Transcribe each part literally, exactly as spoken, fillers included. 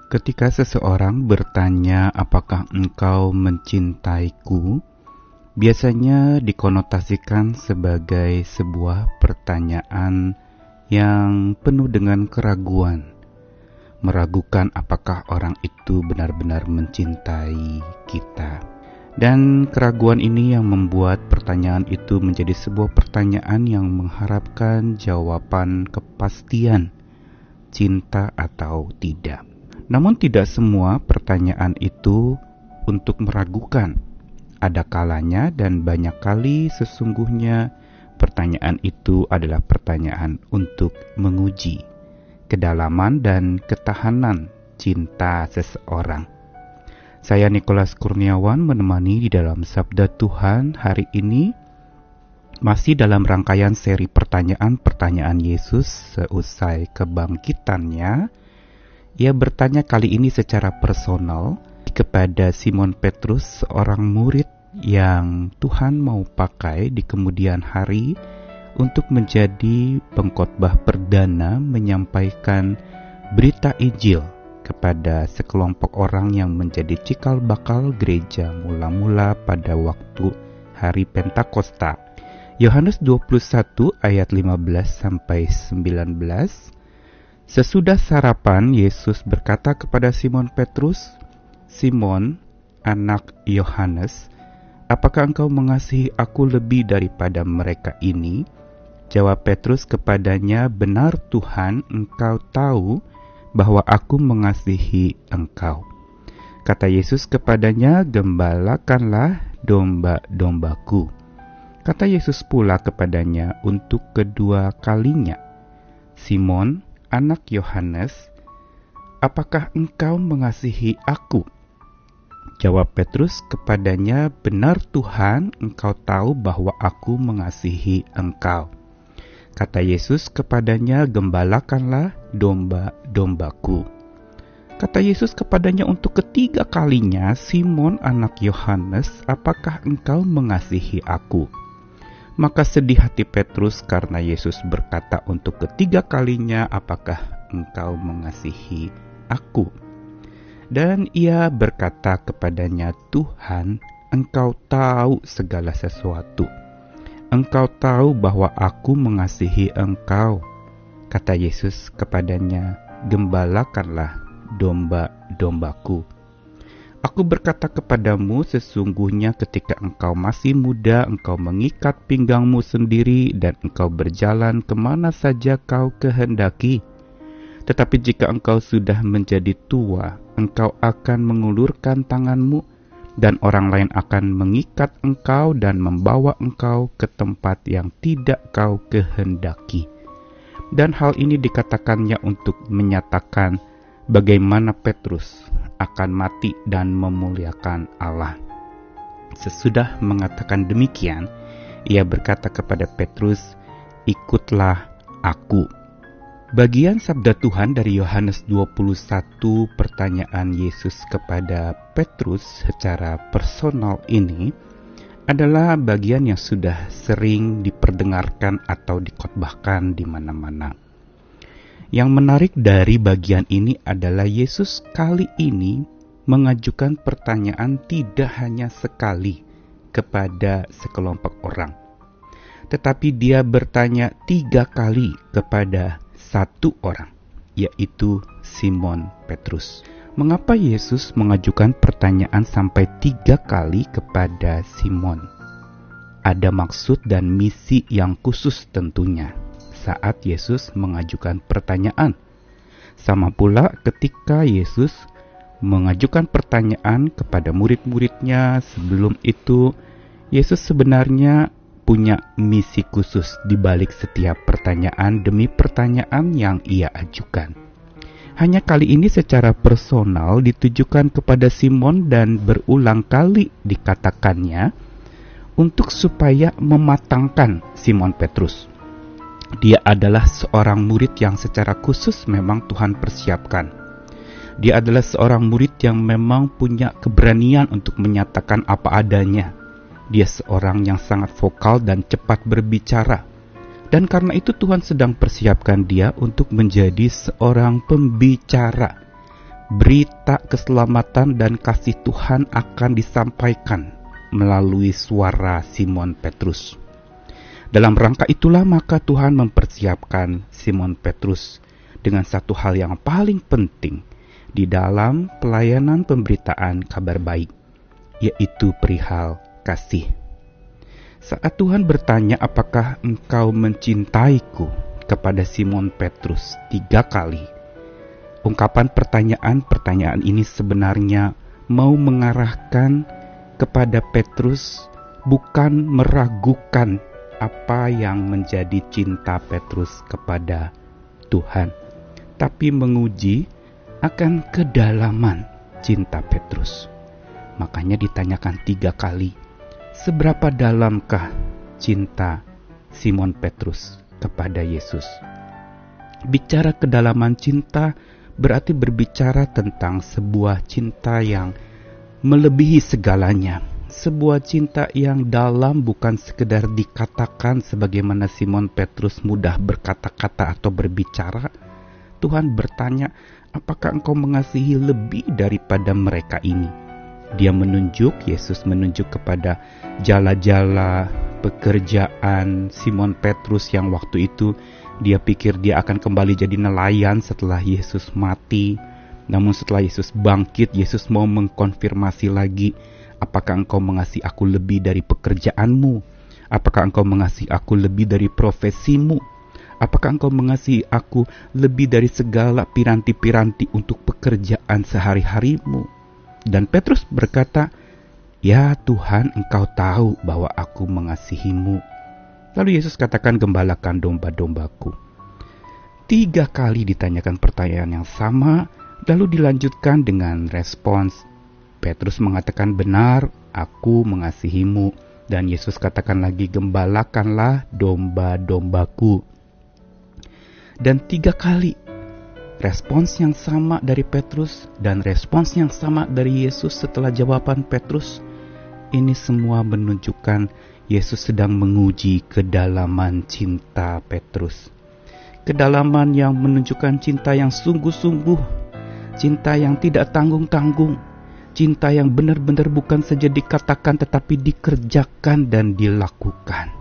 Ketika seseorang bertanya, "Apakah engkau mencintaiku?" biasanya dikonotasikan sebagai sebuah pertanyaan yang penuh dengan keraguan, meragukan apakah orang itu benar-benar mencintai kita. Dan keraguan ini yang membuat pertanyaan itu menjadi sebuah pertanyaan yang mengharapkan jawaban kepastian, cinta atau tidak. Namun tidak semua pertanyaan itu untuk meragukan. Ada kalanya dan banyak kali sesungguhnya pertanyaan itu adalah pertanyaan untuk menguji kedalaman dan ketahanan cinta seseorang. Saya Nikolas Kurniawan menemani di dalam Sabda Tuhan hari ini, masih dalam rangkaian seri pertanyaan-pertanyaan Yesus seusai kebangkitannya. Ia bertanya kali ini secara personal kepada Simon Petrus, seorang murid yang Tuhan mau pakai di kemudian hari untuk menjadi pengkhotbah perdana menyampaikan berita Injil kepada sekelompok orang yang menjadi cikal bakal gereja mula-mula pada waktu hari Pentakosta. Yohanes dua puluh satu ayat lima belas sampai sembilan belas. Sesudah sarapan, Yesus berkata kepada Simon Petrus, "Simon, anak Yohanes, apakah engkau mengasihi aku lebih daripada mereka ini?" Jawab Petrus kepadanya, "Benar Tuhan, engkau tahu bahwa aku mengasihi engkau." Kata Yesus kepadanya, "Gembalakanlah domba-dombaku." Kata Yesus pula kepadanya untuk kedua kalinya, "Simon, anak Yohanes, apakah engkau mengasihi aku?" Jawab Petrus kepadanya, "Benar Tuhan, engkau tahu bahwa aku mengasihi engkau." Kata Yesus kepadanya, "Gembalakanlah domba-dombaku." Kata Yesus kepadanya untuk ketiga kalinya, "Simon, anak Yohanes, apakah engkau mengasihi aku?" Maka sedih hati Petrus karena Yesus berkata untuk ketiga kalinya, "Apakah engkau mengasihi aku?" Dan ia berkata kepadanya, "Tuhan, engkau tahu segala sesuatu. Engkau tahu bahwa aku mengasihi engkau." Kata Yesus kepadanya, "Gembalakanlah domba-dombaku. Aku berkata kepadamu, sesungguhnya ketika engkau masih muda, engkau mengikat pinggangmu sendiri dan engkau berjalan kemana saja kau kehendaki. Tetapi jika engkau sudah menjadi tua, engkau akan mengulurkan tanganmu, dan orang lain akan mengikat engkau dan membawa engkau ke tempat yang tidak kau kehendaki." Dan hal ini dikatakannya untuk menyatakan bagaimana Petrus akan mati dan memuliakan Allah. Sesudah mengatakan demikian, ia berkata kepada Petrus, "Ikutlah aku." Bagian sabda Tuhan dari Yohanes dua puluh satu, pertanyaan Yesus kepada Petrus secara personal ini adalah bagian yang sudah sering diperdengarkan atau dikhotbahkan di mana-mana. Yang menarik dari bagian ini adalah Yesus kali ini mengajukan pertanyaan tidak hanya sekali kepada sekelompok orang, tetapi dia bertanya tiga kali kepada satu orang, yaitu Simon Petrus. Mengapa Yesus mengajukan pertanyaan sampai tiga kali kepada Simon? Ada maksud dan misi yang khusus tentunya saat Yesus mengajukan pertanyaan. Sama pula ketika Yesus mengajukan pertanyaan kepada murid-muridnya sebelum itu, Yesus sebenarnya punya misi khusus di balik setiap pertanyaan demi pertanyaan yang ia ajukan. Hanya kali ini secara personal ditujukan kepada Simon dan berulang kali dikatakannya untuk supaya mematangkan Simon Petrus. Dia adalah seorang murid yang secara khusus memang Tuhan persiapkan. Dia adalah seorang murid yang memang punya keberanian untuk menyatakan apa adanya. Dia seorang yang sangat vokal dan cepat berbicara. Dan karena itu Tuhan sedang persiapkan dia untuk menjadi seorang pembicara. berita keselamatan dan kasih Tuhan akan disampaikan melalui suara Simon Petrus. Dalam rangka itulah maka Tuhan mempersiapkan Simon Petrus dengan satu hal yang paling penting di dalam pelayanan pemberitaan kabar baik, yaitu perihal kasih. Saat Tuhan bertanya, apakah engkau mencintaiku, kepada Simon Petrus tiga kali, ungkapan pertanyaan-pertanyaan ini sebenarnya mau mengarahkan kepada Petrus, bukan meragukan apa yang menjadi cinta Petrus kepada Tuhan, tapi menguji akan kedalaman cinta Petrus. Makanya ditanyakan tiga kali, seberapa dalamkah cinta Simon Petrus kepada Yesus? Bicara kedalaman cinta berarti berbicara tentang sebuah cinta yang melebihi segalanya. Sebuah cinta yang dalam bukan sekedar dikatakan sebagaimana Simon Petrus mudah berkata-kata atau berbicara. Tuhan bertanya, apakah engkau mengasihi lebih daripada mereka ini? Dia menunjuk, Yesus menunjuk kepada jala-jala pekerjaan Simon Petrus yang waktu itu dia pikir dia akan kembali jadi nelayan setelah Yesus mati. Namun setelah Yesus bangkit, Yesus mau mengkonfirmasi lagi, apakah engkau mengasihi aku lebih dari pekerjaanmu? Apakah engkau mengasihi aku lebih dari profesimu? Apakah engkau mengasihi aku lebih dari segala piranti-piranti untuk pekerjaan sehari-harimu? Dan Petrus berkata, ya Tuhan, engkau tahu bahwa aku mengasihimu. Lalu Yesus katakan, gembalakan domba-dombaku. Tiga kali ditanyakan pertanyaan yang sama, lalu dilanjutkan dengan respons. Petrus mengatakan, benar, aku mengasihimu. Dan Yesus katakan lagi, gembalakanlah domba-dombaku. Dan tiga kali respons yang sama dari Petrus dan respons yang sama dari Yesus setelah jawaban Petrus. Ini semua menunjukkan Yesus sedang menguji kedalaman cinta Petrus. Kedalaman yang menunjukkan cinta yang sungguh-sungguh, cinta yang tidak tanggung-tanggung, cinta yang benar-benar bukan saja dikatakan tetapi dikerjakan dan dilakukan.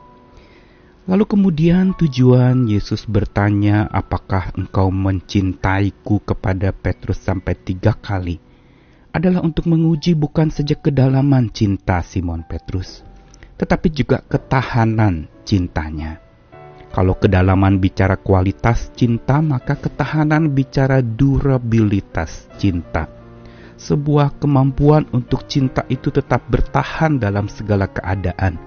Lalu kemudian tujuan Yesus bertanya, apakah engkau mencintaiku kepada Petrus sampai tiga kali, adalah untuk menguji bukan saja kedalaman cinta Simon Petrus, tetapi juga ketahanan cintanya. Kalau kedalaman bicara kualitas cinta, maka ketahanan bicara durabilitas cinta. Sebuah kemampuan untuk cinta itu tetap bertahan dalam segala keadaan.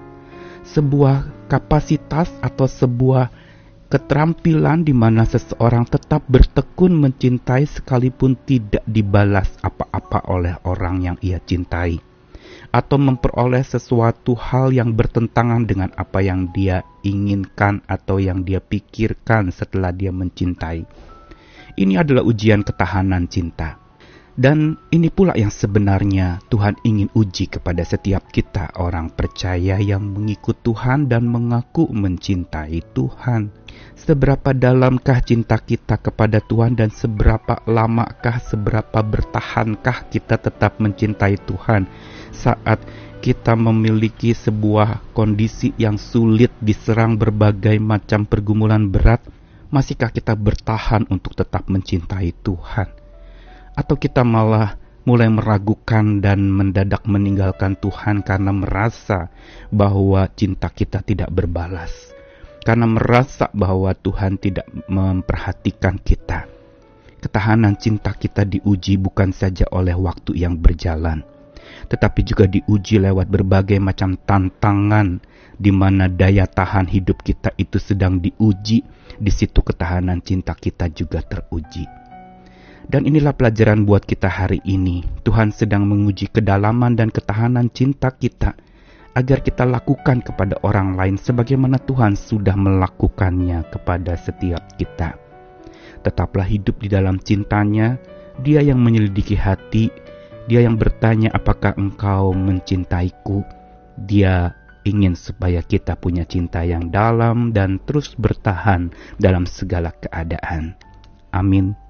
Sebuah kapasitas atau sebuah keterampilan di mana seseorang tetap bertekun mencintai sekalipun tidak dibalas apa-apa oleh orang yang ia cintai, atau memperoleh sesuatu hal yang bertentangan dengan apa yang dia inginkan atau yang dia pikirkan setelah dia mencintai. Ini adalah ujian ketahanan cinta. Dan ini pula yang sebenarnya Tuhan ingin uji kepada setiap kita orang percaya yang mengikut Tuhan dan mengaku mencintai Tuhan. Seberapa dalamkah cinta kita kepada Tuhan dan seberapa lamakah, seberapa bertahankah kita tetap mencintai Tuhan saat kita memiliki sebuah kondisi yang sulit, diserang berbagai macam pergumulan berat. Masihkah kita bertahan untuk tetap mencintai Tuhan? Atau kita malah mulai meragukan dan mendadak meninggalkan Tuhan karena merasa bahwa cinta kita tidak berbalas, karena merasa bahwa Tuhan tidak memperhatikan kita. Ketahanan cinta kita diuji bukan saja oleh waktu yang berjalan, tetapi juga diuji lewat berbagai macam tantangan di mana daya tahan hidup kita itu sedang diuji. Di situ ketahanan cinta kita juga teruji. Dan inilah pelajaran buat kita hari ini. Tuhan sedang menguji kedalaman dan ketahanan cinta kita agar kita lakukan kepada orang lain sebagaimana Tuhan sudah melakukannya kepada setiap kita. Tetaplah hidup di dalam cintanya. Dia yang menyelidiki hati, Dia yang bertanya, apakah engkau mencintaiku? Dia ingin supaya kita punya cinta yang dalam dan terus bertahan dalam segala keadaan. Amin.